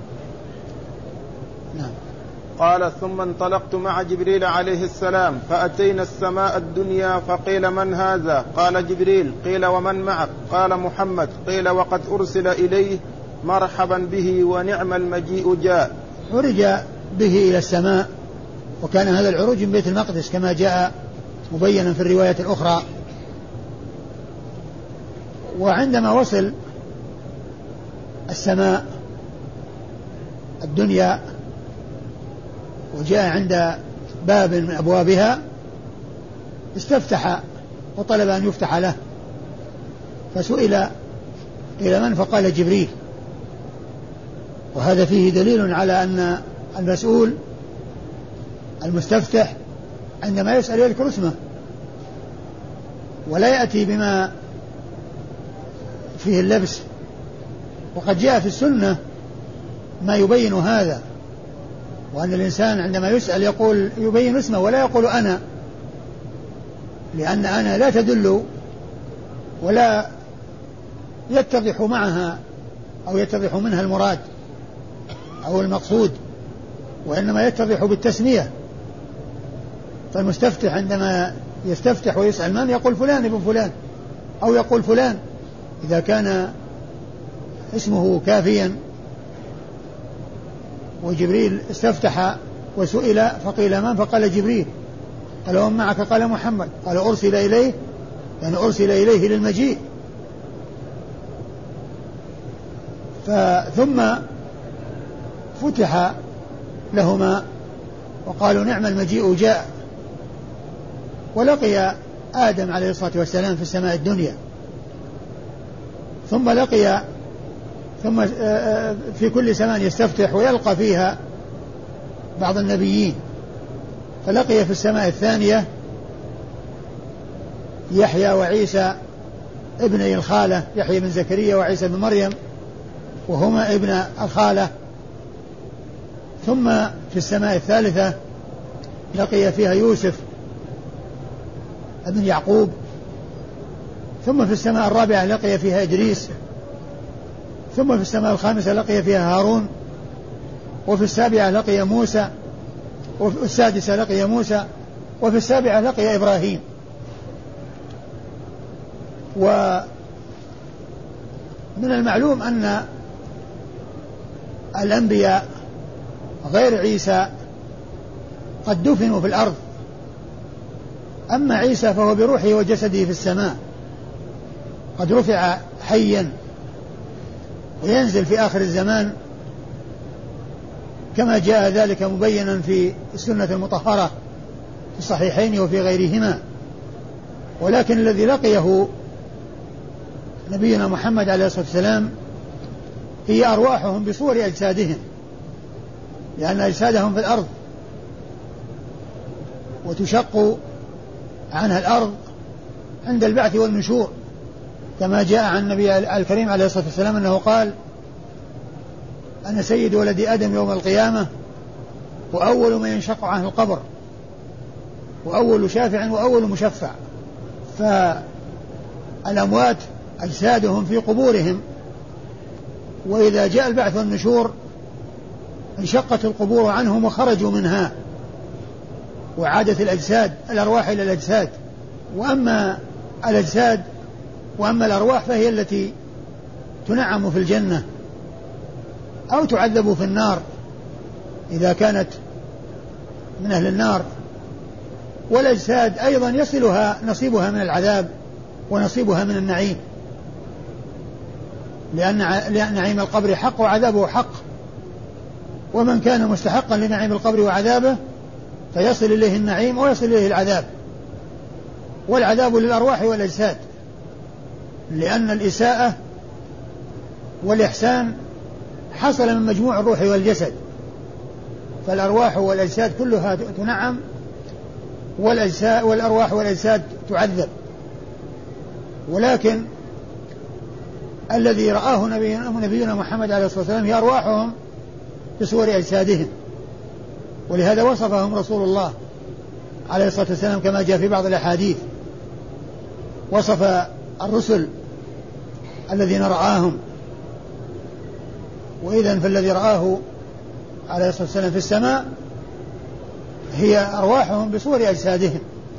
نعم. قال ثم انطلقت مع جبريل عليه السلام فأتينا السماء الدنيا فقيل من هذا؟ قال جبريل. قيل ومن معك؟ قال محمد. قيل وقد أرسل إليه مرحبا به ونعم المجيء جاء. عرج به إلى السماء، وكان هذا العروج من بيت المقدس كما جاء مبينا في الرواية الأخرى. وعندما وصل السماء الدنيا وجاء عند باب من أبوابها استفتح وطلب أن يفتح له، فسئل إلى من؟ فقال جبريل. وهذا فيه دليل على أن المسؤول المستفتح عندما يسأل يذكر اسمه ولا يأتي بما فيه اللبس. وقد جاء في السنة ما يبين هذا، وأن الإنسان عندما يسأل يبين اسمه ولا يقول أنا، لأن أنا لا تدل ولا يتضح معها أو يتضح منها المراد أو المقصود، وإنما يتضح بالتسمية. فالمستفتح عندما يستفتح ويسأل من يقول فلان ابن فلان، أو يقول فلان إذا كان اسمه كافيا. وجبريل استفتح وسئل فقيل من؟ فقال جبريل. قال ومن معك؟ قال محمد. قال أرسل إليه، يعني أرسل إليه للمجيء. ثم فتح لهما وقالوا نعم المجيء جاء. ولقي آدم عليه الصلاة والسلام في السماء الدنيا، ثم لقي في كل سماء يستفتح ويلقى فيها بعض النبيين. فلقي في السماء الثانية يحيى وعيسى ابني الخالة، يحيى بن زكريا وعيسى بن مريم، وهما ابن الخالة. ثم في السماء الثالثة لقي فيها يوسف ابن يعقوب. ثم في السماء الرابعة لقي فيها إدريس. ثم في السماء الخامسة لقي فيها هارون. وفي السابعة لقي موسى. وفي السادسة لقي موسى. وفي السابعة لقي إبراهيم. ومن المعلوم أن الأنبياء غير عيسى قد دفنوا في الأرض أما عيسى فهو بروحه وجسده في السماء، قد رفع حيا وينزل في آخر الزمان كما جاء ذلك مبينا في السنة المطهرة في الصحيحين وفي غيرهما. ولكن الذي لقيه نبينا محمد عليه الصلاة والسلام هي أرواحهم بصور أجسادهم، لأن أجسادهم في الأرض وتشق عنها الأرض عند البعث والنشور، كما جاء عن النبي الكريم عليه الصلاة والسلام أنه قال: أنا سيد ولد آدم يوم القيامة وأول من ينشق عنه القبر وأول شافع وأول مشفع. فالأموات أجسادهم في قبورهم، وإذا جاء البعث والنشور انشقت القبور عنهم وخرجوا منها وعادت الأجساد الأرواح إلى الأجساد. وأما الأرواح فهي التي تنعم في الجنة أو تعذب في النار إذا كانت من أهل النار، والأجساد أيضا يصلها نصيبها من العذاب ونصيبها من النعيم، لأن نعيم القبر حق وعذابه حق، ومن كان مستحقا لنعيم القبر وعذابه فيصل إليه النعيم ويصل إليه العذاب. والعذاب للأرواح والأجساد، لأن الإساءة والإحسان حصل من مجموع الروح والجسد، فالأرواح والأجساد كلها تنعم والأرواح والأجساد تعذب. ولكن الذي رآه نبينا محمد عليه الصلاة والسلام هي أرواحهم بصور أجسادهم، ولهذا وصفهم رسول الله عليه الصلاة والسلام كما جاء في بعض الأحاديث، وصف الرسل الذين رآهم. وإذن فالذي رآه عليه الصلاة والسلام في السماء هي أرواحهم بصور أجسادهم.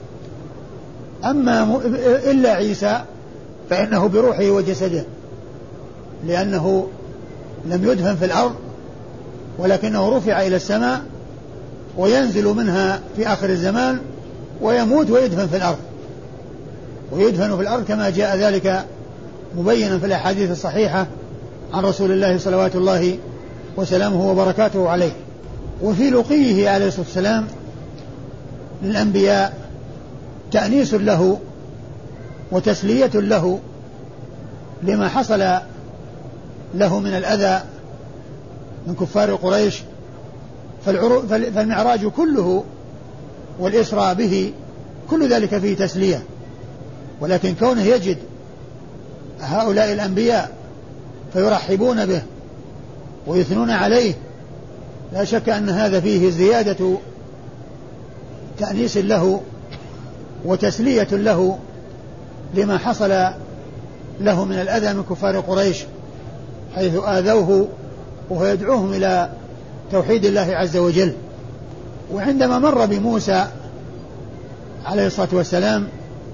أما إلا عيسى فإنه بروحه وجسده، لأنه لم يدفن في الأرض ولكنه رفع إلى السماء وينزل منها في آخر الزمان ويموت ويدفن في الأرض، ويدفن في الأرض كما جاء ذلك مبينا في الأحاديث الصحيحة عن رسول الله صلوات الله وسلامه وبركاته عليه. وفي لقيه عليه الصلاة والسلام للأنبياء تأنيس له وتسلية له لما حصل له من الأذى من كفار قريش. فالمعراج كله والإسراء به كل ذلك فيه تسلية، ولكن كونه يجد هؤلاء الأنبياء فيرحبون به ويثنون عليه لا شك أن هذا فيه زيادة تأنيس له وتسلية له لما حصل له من الأذى من كفار قريش، حيث آذوه وهو يدعوهم إلى توحيد الله عز وجل. وعندما مر بموسى عليه الصلاة والسلام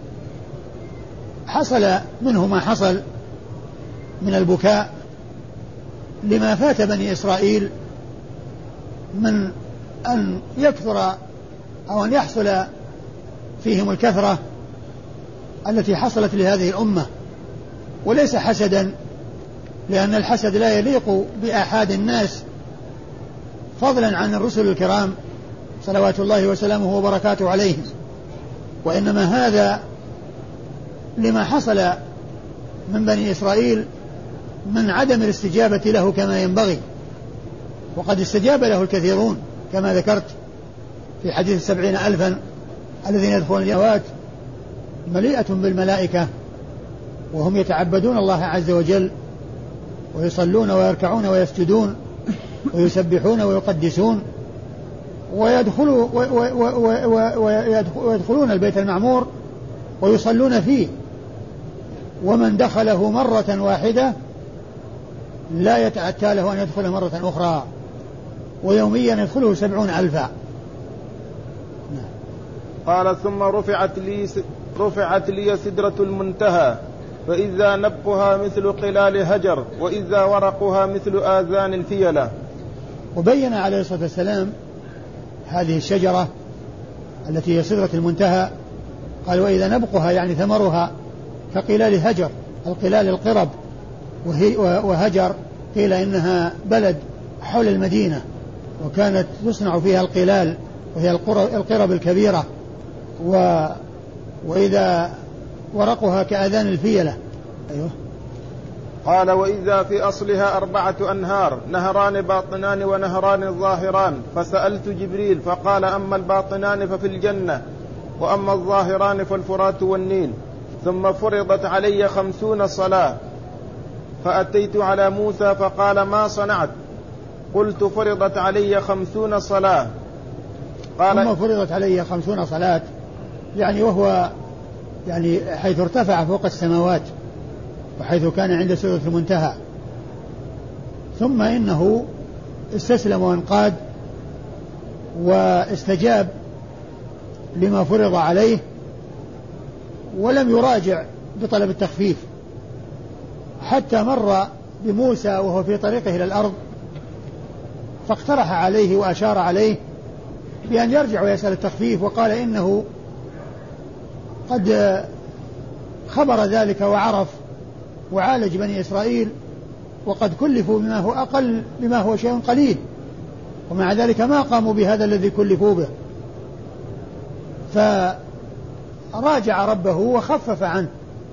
حصل منه ما حصل من البكاء لما فات بني إسرائيل من أن يكثر أو أن يحصل فيهم الكثرة التي حصلت لهذه الأمة، وليس حسدا، لأن الحسد لا يليق بأحد الناس فضلا عن الرسل الكرام صلوات الله وسلامه وبركاته عليهم، وإنما هذا لما حصل من بني إسرائيل من عدم الاستجابة له كما ينبغي، وقد استجاب له الكثيرون كما ذكرت في حديث 70,000 الذين يدخلون الجنة مليئة بالملائكة وهم يتعبدون الله عز وجل ويصلون ويركعون ويسجدون ويسبحون ويقدسون ويدخلون البيت المعمور ويصلون فيه، ومن دخله مرة واحدة لا يتأتى له أن يدخل مرة أخرى، ويوميا يدخله 70,000. قال: ثم رفعت لي سدرة المنتهى، فإذا نبقها مثل قلال هجر، وإذا ورقها مثل آذان الفيلة. وبين عليه الصلاة والسلام هذه الشجرة التي هي سدرة المنتهى قال وإذا نبقها يعني ثمرها كقلال هجر، القلال القرب، وهجر قيل إنها بلد حول المدينة وكانت تصنع فيها القلال وهي القرب الكبيرة، وإذا ورقها كأذان الفيلة. أيوه. قال وإذا في أصلها 4 أنهار، نهران باطنان ونهران ظاهران، فسألت جبريل فقال أما الباطنان ففي الجنة، وأما الظاهران فالفرات والنيل. ثم فرضت علي 50 صلاة، فأتيت على موسى فقال ما صنعت؟ قلت فرضت علي 50 صلاة. قال ثم فرضت علي 50 صلاة، يعني وهو يعني حيث ارتفع فوق السماوات وحيث كان عند سدرة المنتهى، ثم إنه استسلم وانقاد واستجاب لما فرض عليه ولم يراجع بطلب التخفيف، حتى مر بموسى وهو في طريقه إلى الأرض فاقترح عليه وأشار عليه بأن يرجع ويسأل التخفيف، وقال إنه قد خبر ذلك وعرف وعالج بني إسرائيل وقد كلفوا بما هو أقل بما هو شيء قليل، ومع ذلك ما قاموا بهذا الذي كلفوا به، فراجع ربه وخفف عنه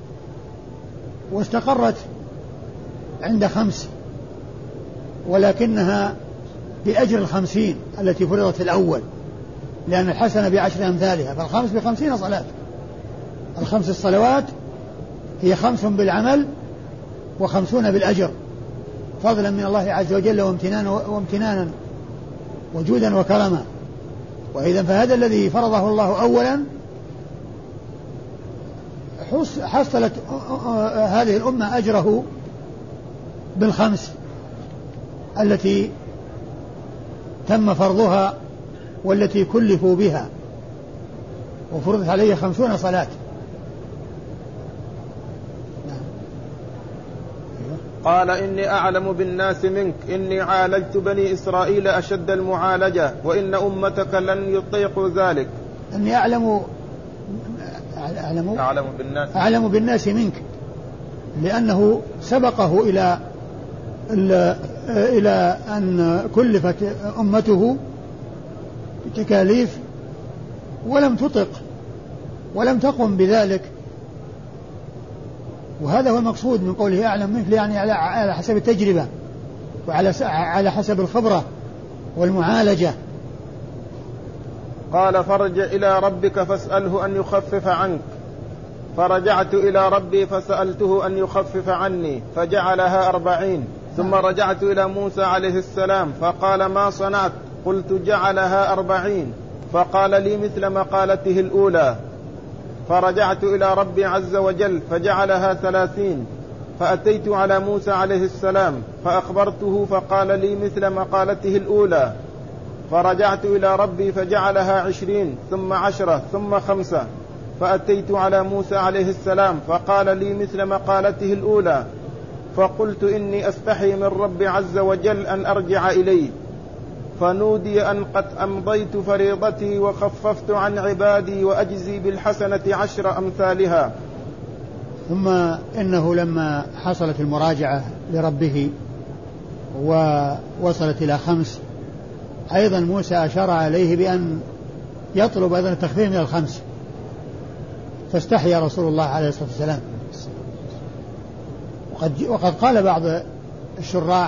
واستقرت عند 5، ولكنها بأجر 50 التي فرضت في الأول، لأن الحسنة ب10 أمثالها، فالخمس ب50 صلاة. 5 الصلوات هي 5 بالعمل و50 بالأجر، فضلا من الله عز وجل وامتنانا وجودا وكرما. وإذا فهذا الذي فرضه الله أولا حصلت هذه الأمة أجره بال5 التي تم فرضها والتي كلفوا بها، وفرضت عليه 50 صلاة. قال إني أعلم بالناس منك، إني عالجت بني إسرائيل أشد المعالجة، وإن أمتك لن يطيقوا ذلك. إني أعلم بالناس منك، لأنه سبقه إلى أن كلفت أمته بتكاليف ولم تطق ولم تقم بذلك، وهذا هو المقصود من قوله أعلم منك، يعني على حسب التجربة وعلى حسب الخبرة والمعالجة. قال فرجع إلى ربك فاسأله أن يخفف عنك، فرجعت إلى ربي فسألته أن يخفف عني فجعلها 40. ثم رجعت إلى موسى عليه السلام فقال ما صنعت؟ قلت جعلها 40، فقال لي مثل مقالته الأولى. فرجعت إلى ربي عز وجل فجعلها 30. فأتيت على موسى عليه السلام فأخبرته فقال لي مثل مقالته الأولى. فرجعت إلى ربي فجعلها 20 ثم 10 ثم 5. فأتيت على موسى عليه السلام فقال لي مثل مقالته الأولى. فقلت إني أستحي من ربي عز وجل أن أرجع إليه. فنودي أن قد أمضيت فريضتي وخففت عن عبادي وأجزي بالحسنة 10 أمثالها. ثم إنه لما حصلت المراجعة لربه ووصلت إلى 5 أيضا موسى أشار عليه بأن يطلب أيضا التخفيف من 5، فاستحيا رسول الله عليه الصلاة والسلام. وقد قال بعض الشراح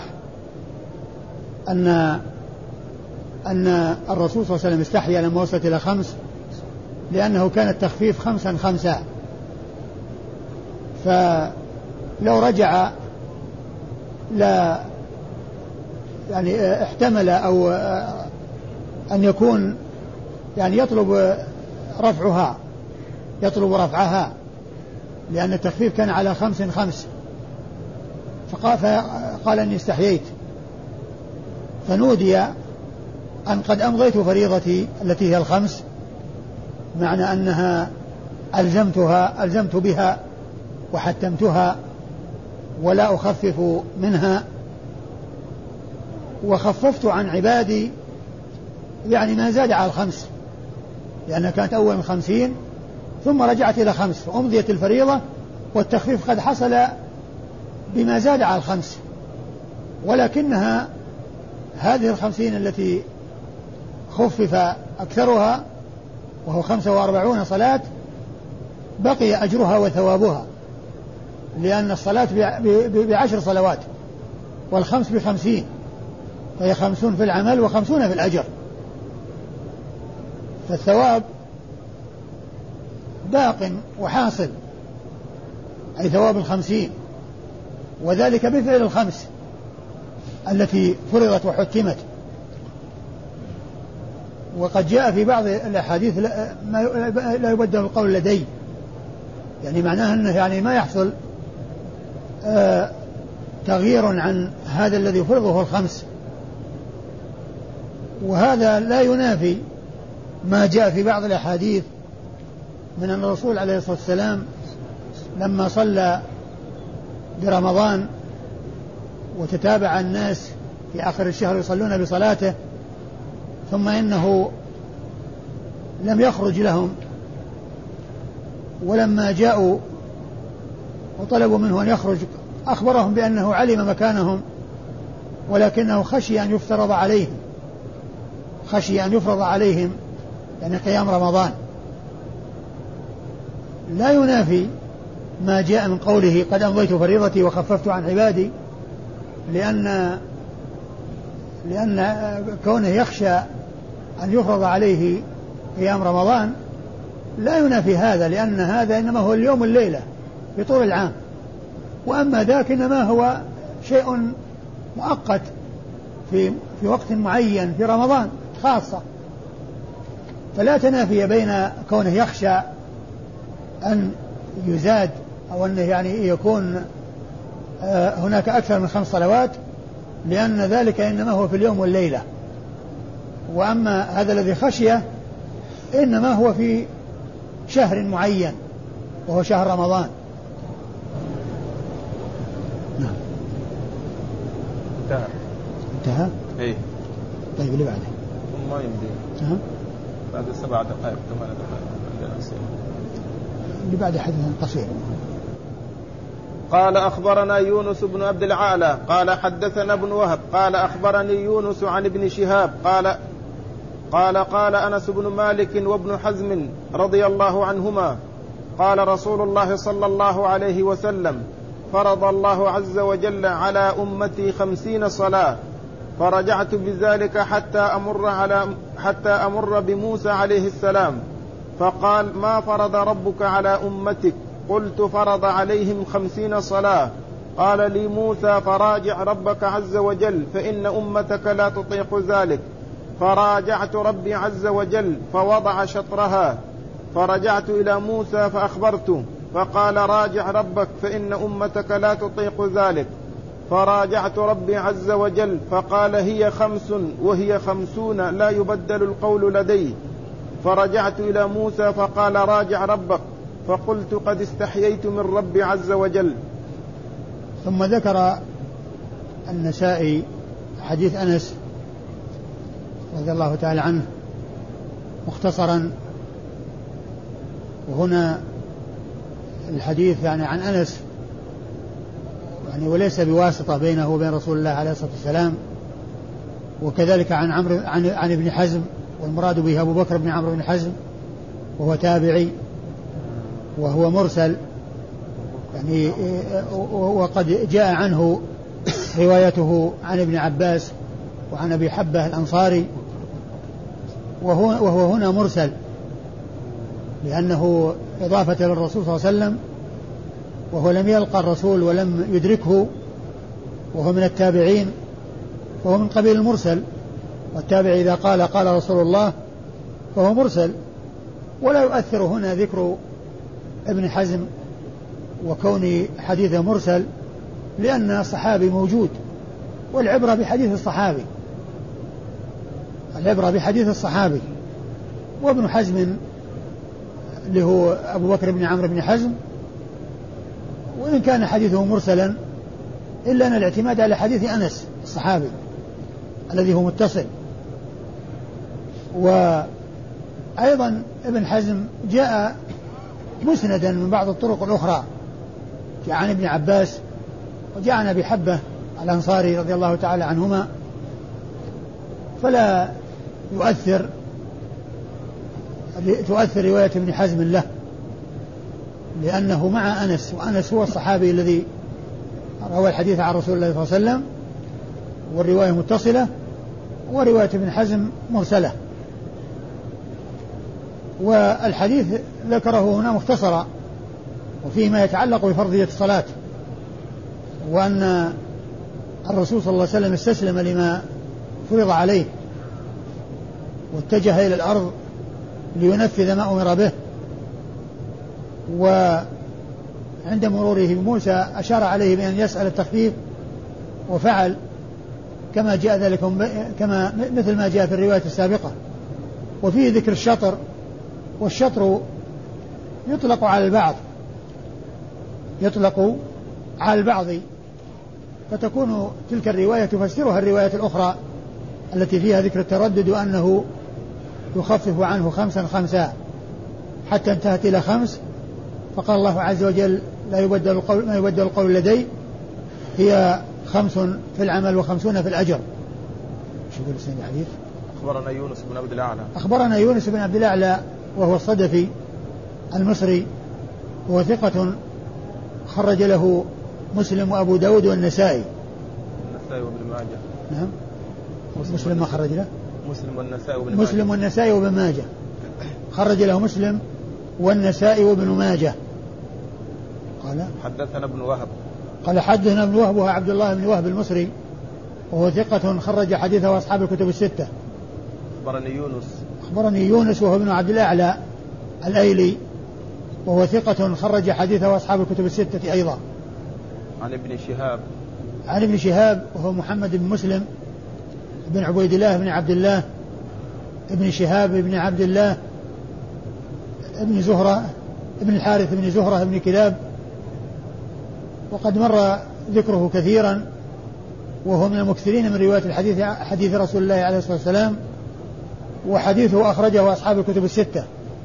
أن الرسول صلى الله عليه وسلم استحيا لما وصلت إلى 5 لأنه كان التخفيف 5 5، فلو رجع لا يعني احتمل أو أن يكون يعني يطلب رفعها لأن التخفيف كان على 5 5، فقال أني استحييت. فنودي أن قد أمضيت فريضتي التي هي 5، معنى أنها ألزمت بها وحتمتها ولا أخفف منها، وخففت عن عبادي يعني ما زاد على 5، لأنها كانت أول 50 ثم رجعت إلى 5 وأمضيت الفريضة، والتخفيف قد حصل بما زاد على 5، ولكنها هذه 50 التي خفف أكثرها وهو 45 صلاة بقي أجرها وثوابها، لأن الصلاة ب10 صلوات والخمس ب50، فهي 50 في العمل و50 في الأجر، فالثواب باق وحاصل، أي ثواب 50، وذلك بفعل 5 التي فرضت وحتمت. وقد جاء في بعض الأحاديث لا يبدل القول لدي، يعني معناه أنه يعني ما يحصل تغيير عن هذا الذي فرضه 5، وهذا لا ينافي ما جاء في بعض الأحاديث من أن الرسول عليه الصلاة والسلام لما صلى برمضان وتتابع الناس في آخر الشهر يصلون بصلاته، ثم إنه لم يخرج لهم، ولما جاءوا وطلبوا منه أن يخرج أخبرهم بأنه علم مكانهم، ولكنه خشي أن يفترض عليهم يعني قيام رمضان. لا ينافي ما جاء من قوله قد أمضيت فريضتي وخففت عن عبادي، لأن كونه يخشى أن يفرض عليه قيام رمضان لا ينافي هذا، لأن هذا إنما هو اليوم الليلة في طول العام، وأما ذاك إنما هو شيء مؤقت في وقت معين في رمضان خاصة، فلا تنافي بين كونه يخشى أن يزاد أو أنه يعني يكون هناك أكثر من 5 صلوات، لأن ذلك إنما هو في اليوم والليلة، وأما هذا الذي خشيه إنما هو في شهر معين وهو شهر رمضان. نعم. انتهى. إيه. طيب اللي بعده ما يمدي. بعد 7 دقائق 8 دقائق اللي بعده حديث قصير. قال أخبرنا يونس بن عبد العالى قال حدثنا ابن وهب قال أخبرني يونس عن ابن شهاب قال أنس بن مالك وابن حزم رضي الله عنهما قال رسول الله صلى الله عليه وسلم فرض الله عز وجل على أمتي 50 صلاة، فرجعت بذلك حتى أمر بموسى عليه السلام فقال ما فرض ربك على أمتك؟ قلت فرض عليهم 50 صلاة. قال لي موسى فراجع ربك عز وجل فإن أمتك لا تطيق ذلك. فراجعت ربي عز وجل فوضع شطرها، فرجعت إلى موسى فأخبرته فقال راجع ربك فإن أمتك لا تطيق ذلك. فراجعت ربي عز وجل فقال هي 5 وهي 50 لا يبدل القول لدي. فرجعت إلى موسى فقال راجع ربك، فقلت قد استحييت من ربي عز وجل. ثم ذكر النسائي حديث أنس رضي الله تعالى عنه مختصرا، وهنا الحديث يعني عن أنس يعني وليس بواسطة بينه وبين رسول الله عليه الصلاة والسلام، وكذلك عن ابن حزم، والمراد به أبو بكر بن عمرو بن حزم وهو تابعي وهو مرسل يعني، وقد جاء عنه روايته عن ابن عباس وعن أبي حبة الأنصاري، وهو هنا مرسل لأنه إضافة للرسول صلى الله عليه وسلم، وهو لم يلقى الرسول ولم يدركه، وهو من التابعين، وهو من قبيل المرسل، والتابع إذا قال رسول الله فهو مرسل. ولا يؤثر هنا ذكر ابن حزم وكون حديثه مرسل، لأن الصحابي موجود، والعبرة بحديث الصحابي، العبرة بحديث الصحابي. وابن حزم اللي هو أبو بكر بن عمرو بن حزم، وإن كان حديثه مرسلا إلا أن الاعتماد على حديث أنس الصحابي الذي هو متصل. وأيضا ابن حزم جاء مسندا من بعض الطرق الأخرى، جاء عن ابن عباس وجاء عن أبي حبة الأنصاري رضي الله تعالى عنهما، فلا تؤثر رواية ابن حزم له، لأنه مع أنس، وأنس هو الصحابي الذي روى الحديث عن رسول الله صلى الله عليه وسلم، والرواية متصلة، ورواية ابن حزم مرسلة. والحديث ذكره هنا مختصرا، وفيه ما يتعلق بفرضية الصلاة، وأن الرسول صلى الله عليه وسلم استسلم لما فرض عليه واتجه إلى الأرض لينفذ ما أمر به، وعند مروره بموسى أشار عليه بأن يسأل التخفيف وفعل كما جاء ذلك مثل ما جاء في الرواية السابقة. وفيه ذكر الشطر، والشطر يطلق على البعض، فتكون تلك الرواية تفسرها الرواية الأخرى التي فيها ذكر التردد، وأنه يخفف عنه 5 حتى انتهت إلى 5، فقال الله عز وجل لا يبدل القول لدي، هي 5 في العمل و50 في الأجر. شو يقول السنة الحديث؟ أخبرنا يونس بن عبد الأعلى وهو الصدفي المصري، وهو ثقة خرج له مسلم وأبو داود والنسائي وابن ماجه. نعم، مسلم ما خرج له؟ مسلم والنسائي وابن ماجه، خرج له مسلم والنسائي وابن ماجه. قال حدثنا ابن وهب، قال حدثنا ابن وهب وهو عبد الله بن وهب المصري، وهو ثقة خرج حديثه أصحاب الكتب الستة. أخبرني يونس وهو ابن عبد الأعلى الأيلي، وهو ثقة خرج حديثه أصحاب الكتب الستة أيضا. عن ابن شهاب وهو محمد بن مسلم بن عبيد الله بن عبد الله ابن شهاب بن عبد الله ابن زهرة ابن الحارث بن زهرة بن كلاب، وقد مر ذكره كثيرا، وهو من المكثرين من رواية حديث رسول الله عليه الصلاة والسلام، وحديثه أخرجه أصحاب الكتب الستة.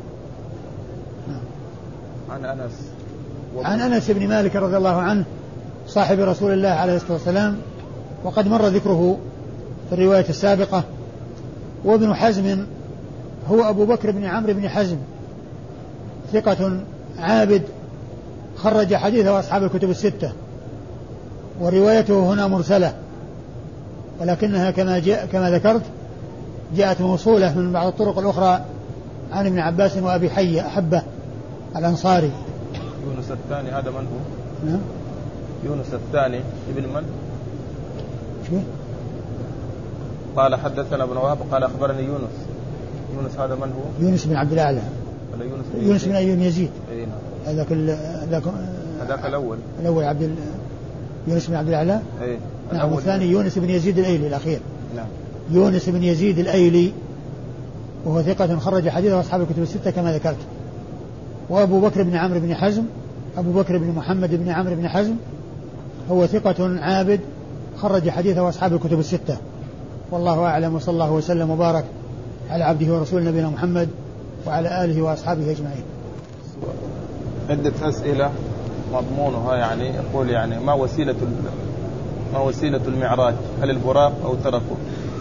عن أنس بن مالك رضي الله عنه صاحب رسول الله عليه الصلاة والسلام، وقد مر ذكره في الرواية السابقة. وابن حزم هو أبو بكر بن عمرو بن حزم، ثقة عابد خرج حديثه أصحاب الكتب الستة، وروايته هنا مرسلة، ولكنها كما ذكرت جاءت موصولة من بعض الطرق الأخرى عن ابن عباس وأبي حبة الأنصاري. يونس الثاني هذا من هو؟ نعم. يونس الثاني ابن من؟ شو؟ قال حدثنا ابن وهب قال أخبرني يونس هذا من هو؟ يونس بن عبد الأعلى. يونس بن أيوب يزيد. هذاك الأول يونس بن عبد الأعلى. نعم. والثاني يونس بن يزيد الأيلي الأخير. نعم. يونس بن يزيد الأيلي، وهو ثقة خرج حديثه أصحاب الكتب الستة كما ذكرت. وأبو بكر بن عمرو بن حزم، أبو بكر بن محمد بن عمرو بن حزم، هو ثقة عابد خرج حديثه أصحاب الكتب الستة. والله أعلم، وصلى الله وسلم وبارك على عبده ورسول نبينا محمد وعلى آله وأصحابه أجمعين. عدة أسئلة مضمونها يعني يقول يعني ما وسيلة المعراج؟ هل البراق أو تركه؟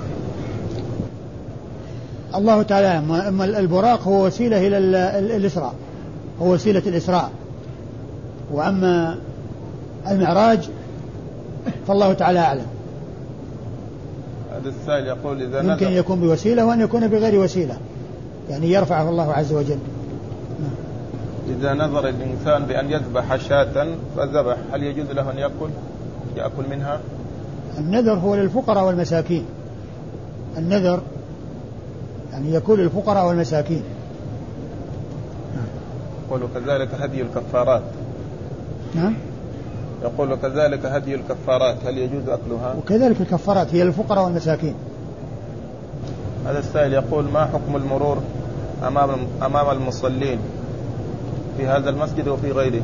الله تعالى أما البراق هو وسيلة إلى الإسراء، هو وسيلة الإسراء، وأما المعراج فالله تعالى أعلم. هذا السائل يقول إذا يمكن يكون بوسيلة وأن يكون بغير وسيلة، يعني يرفعه الله عز وجل. إذا نظر الإنسان بأن يذبح شاة فذبح، هل يجوز له أن يأكل منها؟ النذر هو للفقراء والمساكين، النذر يعني يكون للفقراء والمساكين. يقول كذلك هدي الكفارات. نعم. يقول كذلك هدي الكفارات، هل يجوز أكلها؟ وكذلك الكفارات هي للفقراء والمساكين. هذا السائل يقول ما حكم المرور أمام المصلين في هذا المسجد وفي غيره؟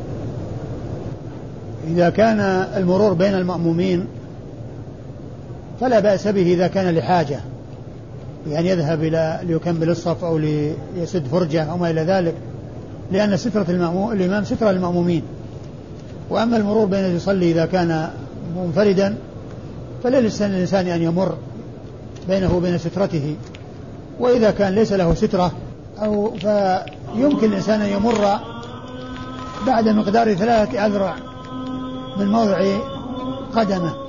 إذا كان المرور بين المأمومين فلا بأس به إذا كان لحاجة، يعني يذهب ليكمل الصف أو ليسد فرجة أو ما إلى ذلك، لأن سترة الإمام سترة للمأمومين. وأما المرور بين يصلي إذا كان منفردا فليس الإنسان أن يمر بينه وبين سترته، وإذا كان ليس له سترة أو فيمكن الإنسان أن يمر بعد مقدار 3 أذرع من موضع قدمه.